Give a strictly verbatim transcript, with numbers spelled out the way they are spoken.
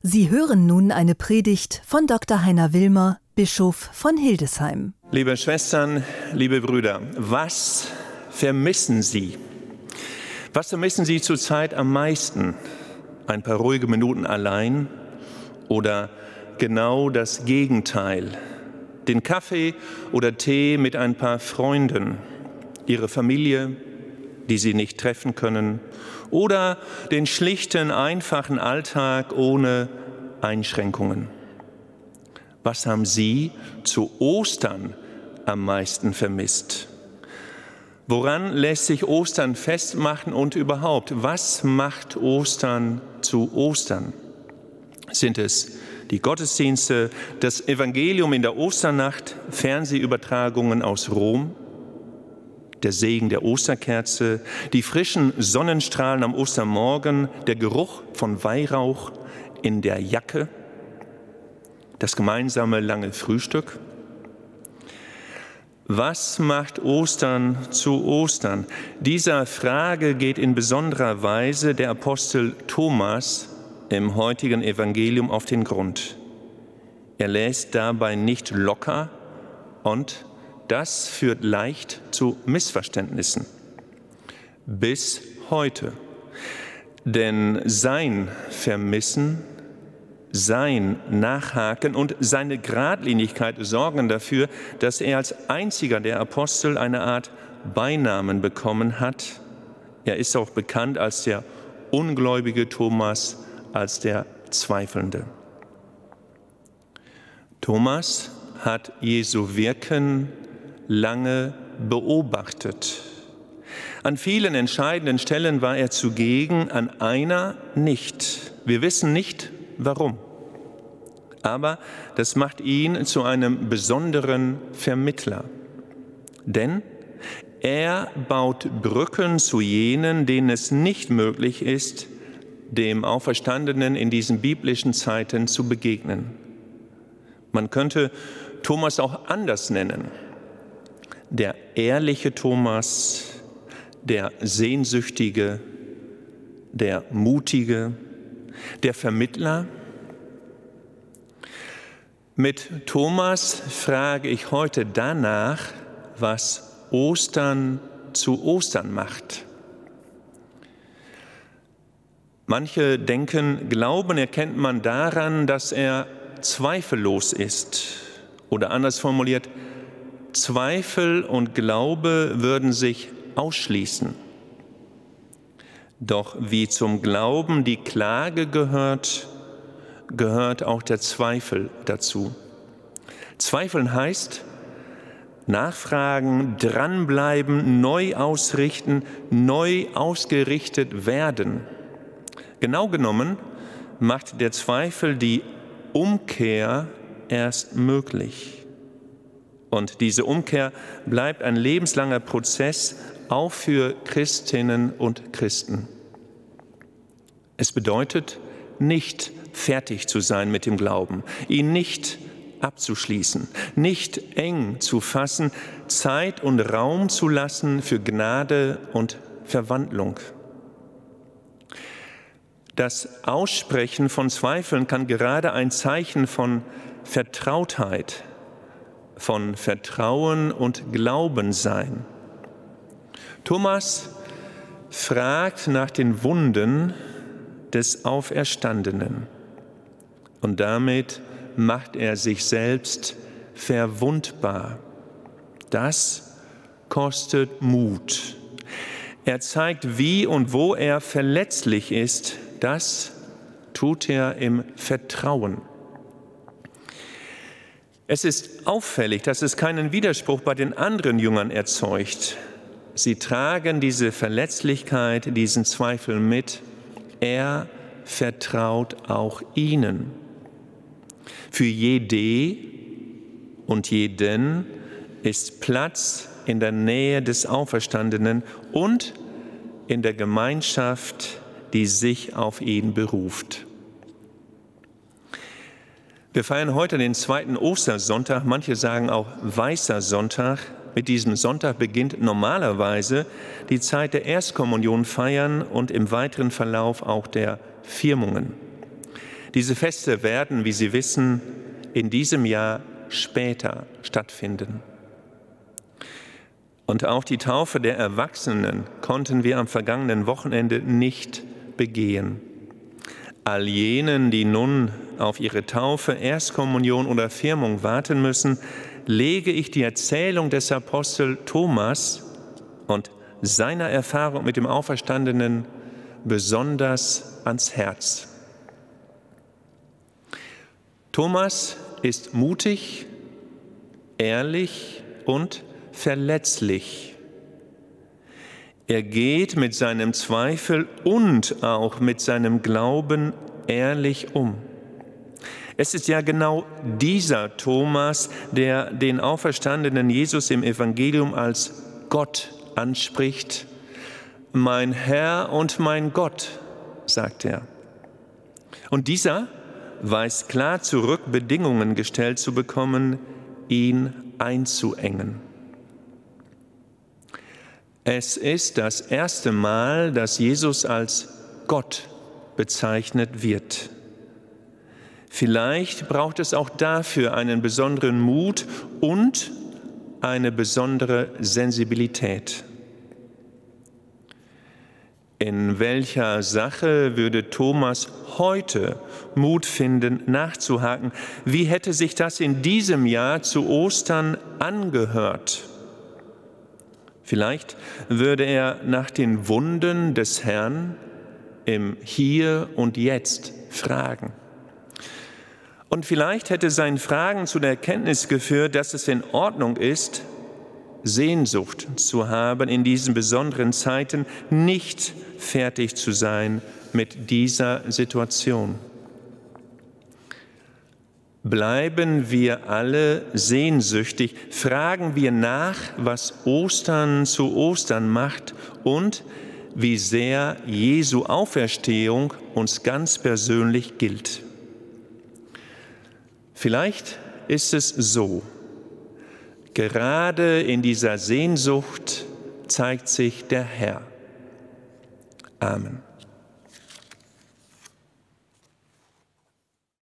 Sie hören nun eine Predigt von Doktor Heiner Wilmer, Bischof von Hildesheim. Liebe Schwestern, liebe Brüder, was vermissen Sie? Was vermissen Sie zurzeit am meisten? Ein paar ruhige Minuten allein oder genau das Gegenteil? Den Kaffee oder Tee mit ein paar Freunden, Ihre Familie, die Sie nicht treffen können, oder den schlichten, einfachen Alltag ohne Einschränkungen. Was haben Sie zu Ostern am meisten vermisst? Woran lässt sich Ostern festmachen und überhaupt, was macht Ostern zu Ostern? Sind es die Gottesdienste, das Evangelium in der Osternacht, Fernsehübertragungen aus Rom, der Segen der Osterkerze, die frischen Sonnenstrahlen am Ostermorgen, der Geruch von Weihrauch in der Jacke, das gemeinsame lange Frühstück? Was macht Ostern zu Ostern? Dieser Frage geht in besonderer Weise der Apostel Thomas im heutigen Evangelium auf den Grund. Er lässt dabei nicht locker und das führt leicht zu Missverständnissen. Bis heute. Denn sein Vermissen, sein Nachhaken und seine Geradlinigkeit sorgen dafür, dass er als einziger der Apostel eine Art Beinamen bekommen hat. Er ist auch bekannt als der ungläubige Thomas, als der Zweifelnde. Thomas hat Jesu Wirken lange beobachtet. An vielen entscheidenden Stellen war er zugegen, an einer nicht. Wir wissen nicht, warum. Aber das macht ihn zu einem besonderen Vermittler. Denn er baut Brücken zu jenen, denen es nicht möglich ist, dem Auferstandenen in diesen biblischen Zeiten zu begegnen. Man könnte Thomas auch anders nennen. Der ehrliche Thomas, der Sehnsüchtige, der Mutige, der Vermittler. Mit Thomas frage ich heute danach, was Ostern zu Ostern macht. Manche denken, Glauben erkennt man daran, dass er zweifellos ist. Oder anders formuliert, Zweifel und Glaube würden sich ausschließen. Doch wie zum Glauben die Klage gehört, gehört auch der Zweifel dazu. Zweifeln heißt nachfragen, dranbleiben, neu ausrichten, neu ausgerichtet werden. Genau genommen macht der Zweifel die Umkehr erst möglich. Und diese Umkehr bleibt ein lebenslanger Prozess, auch für Christinnen und Christen. Es bedeutet, nicht fertig zu sein mit dem Glauben, ihn nicht abzuschließen, nicht eng zu fassen, Zeit und Raum zu lassen für Gnade und Verwandlung. Das Aussprechen von Zweifeln kann gerade ein Zeichen von Vertrautheit, von Vertrauen und Glauben sein. Thomas fragt nach den Wunden des Auferstandenen und damit macht er sich selbst verwundbar. Das kostet Mut. Er zeigt, wie und wo er verletzlich ist. Das tut er im Vertrauen. Es ist auffällig, dass es keinen Widerspruch bei den anderen Jüngern erzeugt. Sie tragen diese Verletzlichkeit, diesen Zweifel mit. Er vertraut auch ihnen. Für jede und jeden ist Platz in der Nähe des Auferstandenen und in der Gemeinschaft, die sich auf ihn beruft. Wir feiern heute den zweiten Ostersonntag, manche sagen auch Weißer Sonntag. Mit diesem Sonntag beginnt normalerweise die Zeit der Erstkommunion feiern und im weiteren Verlauf auch der Firmungen. Diese Feste werden, wie Sie wissen, in diesem Jahr später stattfinden. Und auch die Taufe der Erwachsenen konnten wir am vergangenen Wochenende nicht begehen. All jenen, die nun auf ihre Taufe, Erstkommunion oder Firmung warten müssen, lege ich die Erzählung des Apostel Thomas und seiner Erfahrung mit dem Auferstandenen besonders ans Herz. Thomas ist mutig, ehrlich und verletzlich. Er geht mit seinem Zweifel und auch mit seinem Glauben ehrlich um. Es ist ja genau dieser Thomas, der den auferstandenen Jesus im Evangelium als Gott anspricht. Mein Herr und mein Gott, sagt er. Und dieser weist klar zurück, Bedingungen gestellt zu bekommen, ihn einzuengen. Es ist das erste Mal, dass Jesus als Gott bezeichnet wird. Vielleicht braucht es auch dafür einen besonderen Mut und eine besondere Sensibilität. In welcher Sache würde Thomas heute Mut finden, nachzuhaken? Wie hätte sich das in diesem Jahr zu Ostern angehört? Vielleicht würde er nach den Wunden des Herrn im Hier und Jetzt fragen. Und vielleicht hätte sein Fragen zu der Erkenntnis geführt, dass es in Ordnung ist, Sehnsucht zu haben, in diesen besonderen Zeiten nicht fertig zu sein mit dieser Situation. Bleiben wir alle sehnsüchtig, fragen wir nach, was Ostern zu Ostern macht und wie sehr Jesu Auferstehung uns ganz persönlich gilt. Vielleicht ist es so: Gerade in dieser Sehnsucht zeigt sich der Herr. Amen.